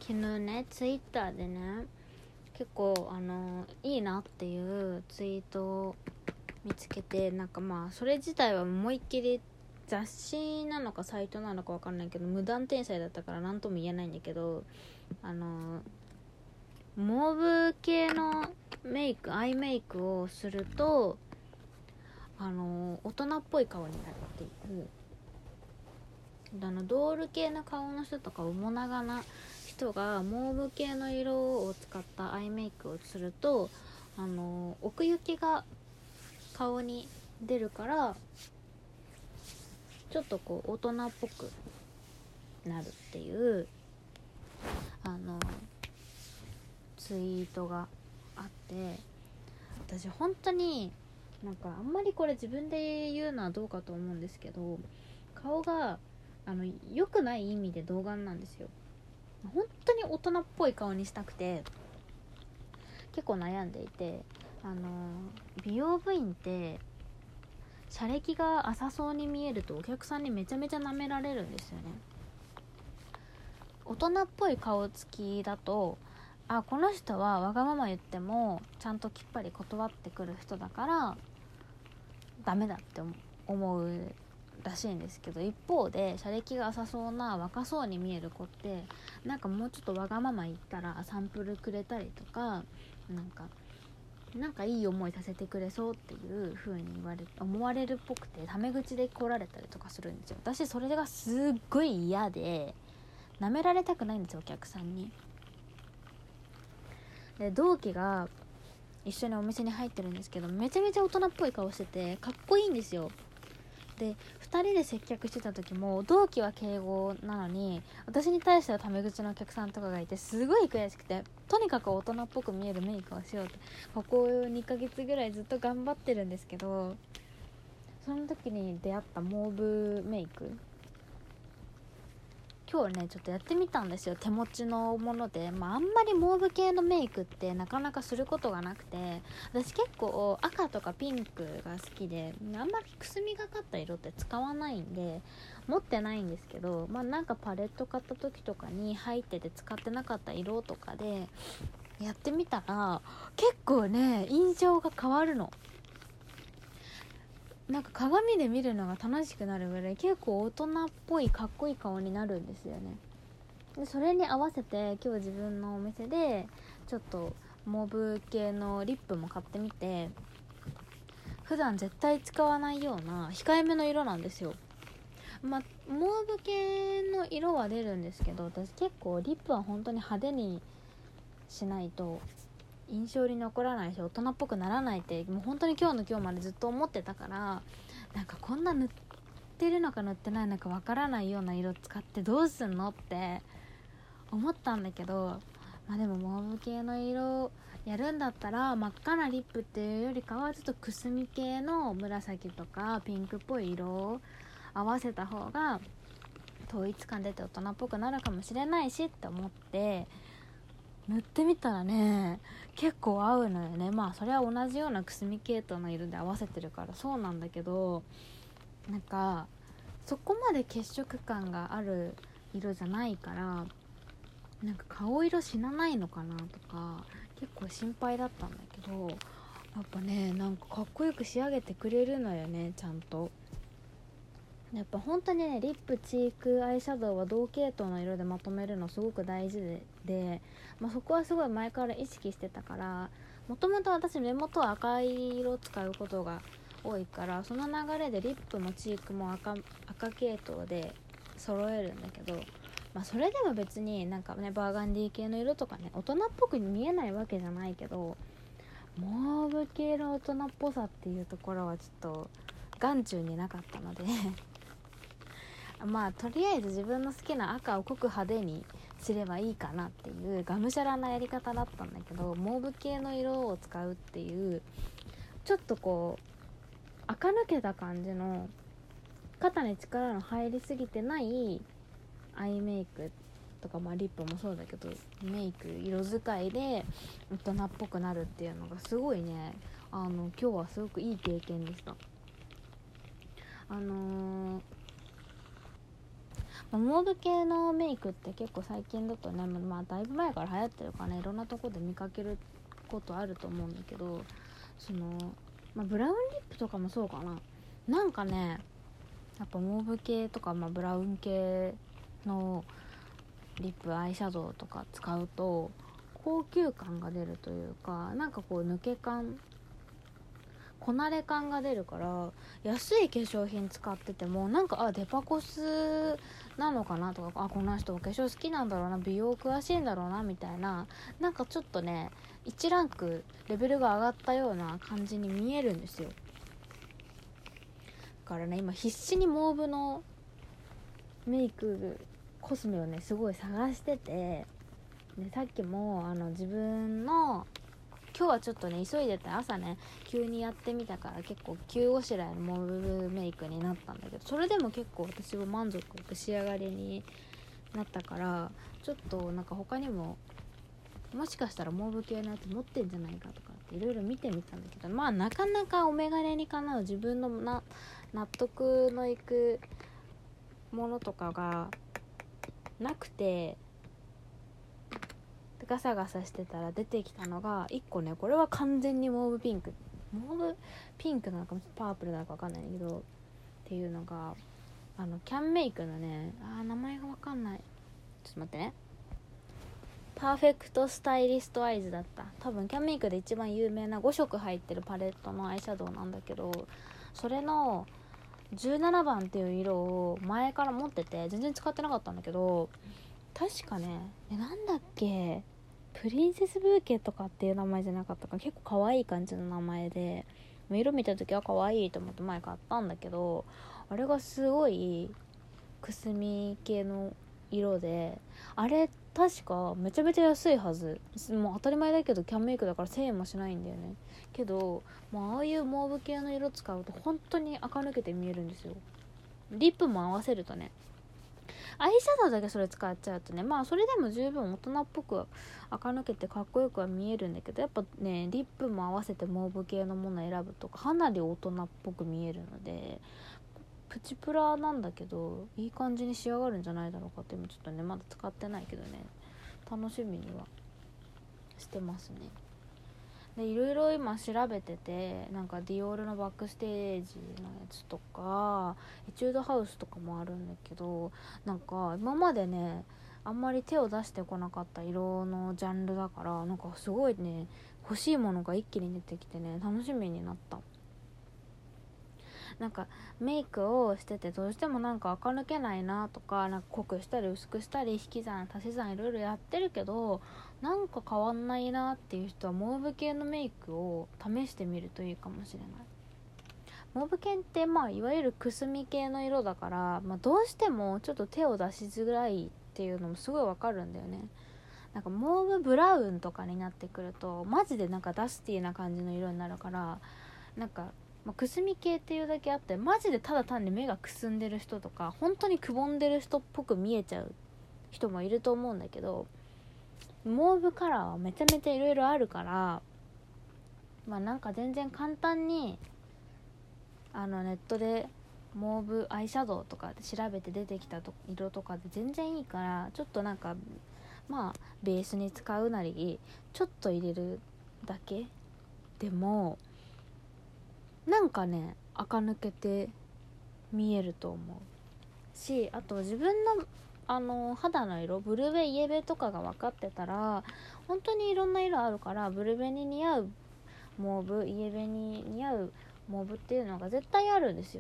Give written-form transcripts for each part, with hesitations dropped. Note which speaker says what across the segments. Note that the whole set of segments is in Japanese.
Speaker 1: 昨日ねツイッターでね結構いいなっていうツイートを見つけて、なんかまあそれ自体は思いっきり雑誌なのかサイトなのか分かんないけど無断転載だったから何とも言えないんだけど、モーブ系のメイク、アイメイクをすると大人っぽい顔になるっていう、ドール系の顔の人とか面長な人がモーブ系の色を使ったアイメイクをすると奥行きが顔に出るからちょっとこう大人っぽくなるっていうツイートがあって、私本当になんかあんまりこれ自分で言うのはどうかと思うんですけど、顔が良くない意味で童顔なんですよ。本当に大人っぽい顔にしたくて結構悩んでいて、美容部員って車歴が浅そうに見えるとお客さんにめちゃめちゃ舐められるんですよね。大人っぽい顔つきだと、この人はわがまま言ってもちゃんときっぱり断ってくる人だからダメだって思うらしいんですけど、一方で車歴が浅そうな若そうに見える子ってなんかもうちょっとわがまま言ったらサンプルくれたりとか、なんかいい思いさせてくれそうっていう風に思われるっぽくてタメ口で来られたりとかするんですよ。私それがすっごい嫌で舐められたくないんですよ、お客さんに。で同期が一緒にお店に入ってるんですけど、めちゃめちゃ大人っぽい顔しててかっこいいんですよ。で2人で接客してた時も同期は敬語なのに私に対してはタメ口のお客さんとかがいてすごい悔しくて、とにかく大人っぽく見えるメイクをしようってここ2ヶ月ぐらいずっと頑張ってるんですけど、その時に出会ったモーブメイク今日ねちょっとやってみたんですよ、手持ちのもので。あんまりモーブ系のメイクってなかなかすることがなくて、私結構赤とかピンクが好きであんまりくすみがかった色って使わないんで持ってないんですけど、なんかパレット買った時とかに入ってて使ってなかった色とかでやってみたら結構ね印象が変わるの。なんか鏡で見るのが楽しくなるぐらい結構大人っぽいかっこいい顔になるんですよね。でそれに合わせて今日自分のお店でちょっとモブ系のリップも買ってみて、普段絶対使わないような控えめの色なんですよ。モーブ系の色は出るんですけど、私結構リップは本当に派手にしないと印象に残らないし大人っぽくならないってもう本当に今日の今日までずっと思ってたから、なんかこんな塗ってるのか塗ってないのかわからないような色使ってどうすんのって思ったんだけど、でもモーブ系の色やるんだったら真っ赤なリップっていうよりかはちょっとくすみ系の紫とかピンクっぽい色を合わせた方が統一感出て大人っぽくなるかもしれないしって思って塗ってみたらね結構合うのよね。それは同じようなくすみ系統の色で合わせてるからそうなんだけど、なんかそこまで血色感がある色じゃないからなんか顔色死なないのかなとか結構心配だったんだけど、やっぱねなんかかっこよく仕上げてくれるのよね、ちゃんと。やっぱ本当にねリップ、チーク、アイシャドウは同系統の色でまとめるのすごく大事で、そこはすごい前から意識してたから、もともと私目元は赤い色を使うことが多いから、その流れでリップもチークも赤系統で揃えるんだけど、それでも別になんかねバーガンディ系の色とかね大人っぽく見えないわけじゃないけど、モーブ系の大人っぽさっていうところはちょっと眼中になかったのでとりあえず自分の好きな赤を濃く派手にすればいいかなっていうがむしゃらなやり方だったんだけど、モーブ系の色を使うっていうちょっとこう垢抜けた感じの肩に力の入りすぎてないアイメイクとか、リップもそうだけどメイク色使いで大人っぽくなるっていうのがすごいね今日はすごくいい経験でした。 モーブ系のメイクって結構最近だとね、まあだいぶ前から流行ってるからね、いろんなとこで見かけることあると思うんだけど、ブラウンリップとかもそうかな。なんかね、やっぱモーブ系とか、ブラウン系のリップ、アイシャドウとか使うと高級感が出るというか、なんかこう抜け感、こなれ感が出るから、安い化粧品使っててもなんかデパコスなのかなとか、この人お化粧好きなんだろうな、美容詳しいんだろうなみたいな、なんかちょっとね1ランクレベルが上がったような感じに見えるんですよ。だからね、今必死にモーブのメイクコスメをねすごい探してて、でさっきも自分の今日はちょっとね急いでて朝ね急にやってみたから結構急ごしらえのモーブメイクになったんだけど、それでも結構私は満足いく仕上がりになったから、ちょっとなんか他にももしかしたらモーブ系のやつ持ってんじゃないかとかっていろいろ見てみたんだけど、なかなかお眼鏡にかなう自分の納得のいくものとかがなくて、ガサガサしてたら出てきたのが1個ね、これは完全にモーブピンクなのかパープルなのか分かんないんだけどっていうのがキャンメイクのね、名前が分かんない、ちょっと待ってね、パーフェクトスタイリストアイズだった。多分キャンメイクで一番有名な5色入ってるパレットのアイシャドウなんだけど、それの17番っていう色を前から持ってて全然使ってなかったんだけど、確かね、なんだっけ、プリンセスブーケとかっていう名前じゃなかったか、結構可愛い感じの名前で、色見た時は可愛いと思って前買ったんだけど、あれがすごいくすみ系の色で、あれ確かめちゃめちゃ安いはず、もう当たり前だけどキャンメイクだから1000円もしないんだよね。けどああいうモーブ系の色使うと本当に垢抜けて見えるんですよ。リップも合わせるとね、アイシャドウだけそれ使っちゃうとね、それでも十分大人っぽく垢抜けてかっこよくは見えるんだけど、やっぱねリップも合わせてモーブ系のものを選ぶとかなり大人っぽく見えるので、プチプラなんだけどいい感じに仕上がるんじゃないだろうかって、今ちょっとねまだ使ってないけどね、楽しみにはしてますね。でいろいろ今調べてて、なんかディオールのバックステージのやつとかエチュードハウスとかもあるんだけど、なんか今までねあんまり手を出してこなかった色のジャンルだから、なんかすごいね欲しいものが一気に出てきてね楽しみになった。なんかメイクをしててどうしてもなんか垢抜けないなとか、なんか濃くしたり薄くしたり引き算足し算いろいろやってるけどなんか変わんないなっていう人はモーブ系のメイクを試してみるといいかもしれない。モーブ系っていわゆるくすみ系の色だから、どうしてもちょっと手を出しづらいっていうのもすごいわかるんだよね。なんかモーブブラウンとかになってくるとマジでなんかダスティーな感じの色になるから、なんかくすみ系っていうだけあってマジでただ単に目がくすんでる人とか本当にくぼんでる人っぽく見えちゃう人もいると思うんだけど、モーブカラーはめちゃめちゃいろいろあるから、なんか全然簡単にネットでモーブアイシャドウとかで調べて出てきた色とかで全然いいから、ちょっとなんかベースに使うなりちょっと入れるだけでもなんかね垢抜けて見えると思うし、あと自分の肌の色ブルベイエベとかが分かってたら本当にいろんな色あるから、ブルベに似合うモーブ、イエベに似合うモーブっていうのが絶対あるんですよ。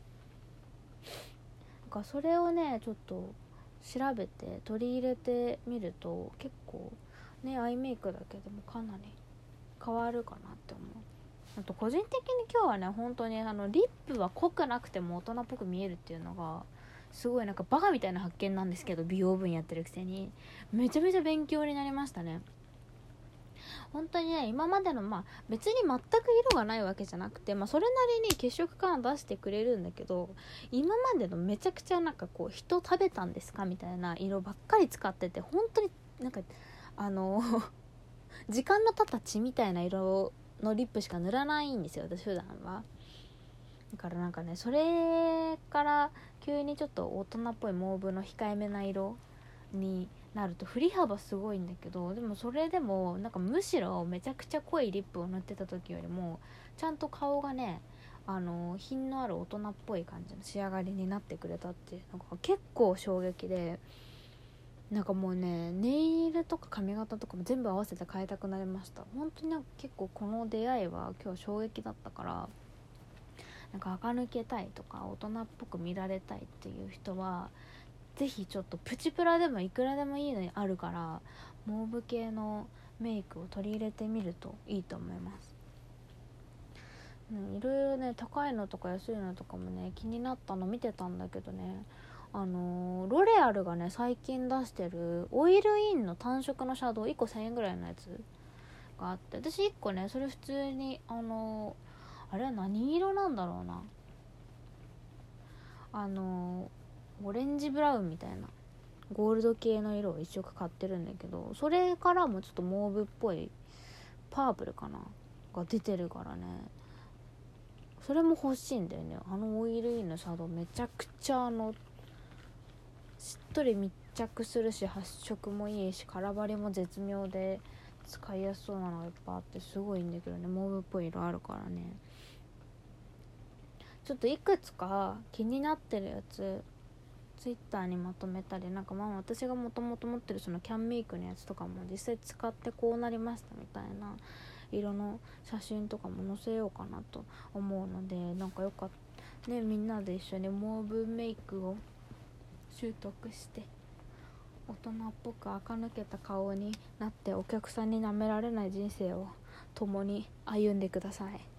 Speaker 1: だからそれをねちょっと調べて取り入れてみると結構ねアイメイクだけでもかなり変わるかなって思う。あと個人的に今日はね本当にリップは濃くなくても大人っぽく見えるっていうのがすごいなんかバカみたいな発見なんですけど、美容分やってるくせにめちゃめちゃ勉強になりましたね。本当にね今までの別に全く色がないわけじゃなくて、それなりに血色感を出してくれるんだけど、今までのめちゃくちゃなんかこう人食べたんですかみたいな色ばっかり使ってて、本当になんか時間の経った血みたいな色のリップしか塗らないんですよ私普段は。 だからなんかね、それから急にちょっと大人っぽいモーブの控えめな色になると振り幅すごいんだけど、でもそれでもなんかむしろめちゃくちゃ濃いリップを塗ってた時よりもちゃんと顔がね、品のある大人っぽい感じの仕上がりになってくれたっていうのが結構衝撃で、なんかもうね、ネイルとか髪型とかも全部合わせて変えたくなりました。本当になんか結構この出会いは今日衝撃だったから、なんか垢抜けたいとか大人っぽく見られたいっていう人はぜひちょっとプチプラでもいくらでもいいのにあるから、モーブ系のメイクを取り入れてみるといいと思います。いろいろね、高いのとか安いのとかもね気になったの見てたんだけどね、ロレアルがね最近出してるオイルインの単色のシャドウ1個1000円ぐらいのやつがあって、私1個ねそれ普通にあれは何色なんだろうな、オレンジブラウンみたいなゴールド系の色を一色買ってるんだけど、それからもちょっとモーブっぽいパープルかなが出てるからね、それも欲しいんだよね。オイルインのシャドウめちゃくちゃしっとり密着するし発色もいいしカラバリも絶妙で使いやすそうなのがいっぱいあってすごいんだけどね、モーブっぽい色あるからね。ちょっといくつか気になってるやつツイッターにまとめたり、なんか私がもともと持ってるそのキャンメイクのやつとかも実際使ってこうなりましたみたいな色の写真とかも載せようかなと思うので、なんかよかったね、みんなで一緒にモーブメイクを習得して大人っぽく垢抜けた顔になってお客さんに舐められない人生を共に歩んでください。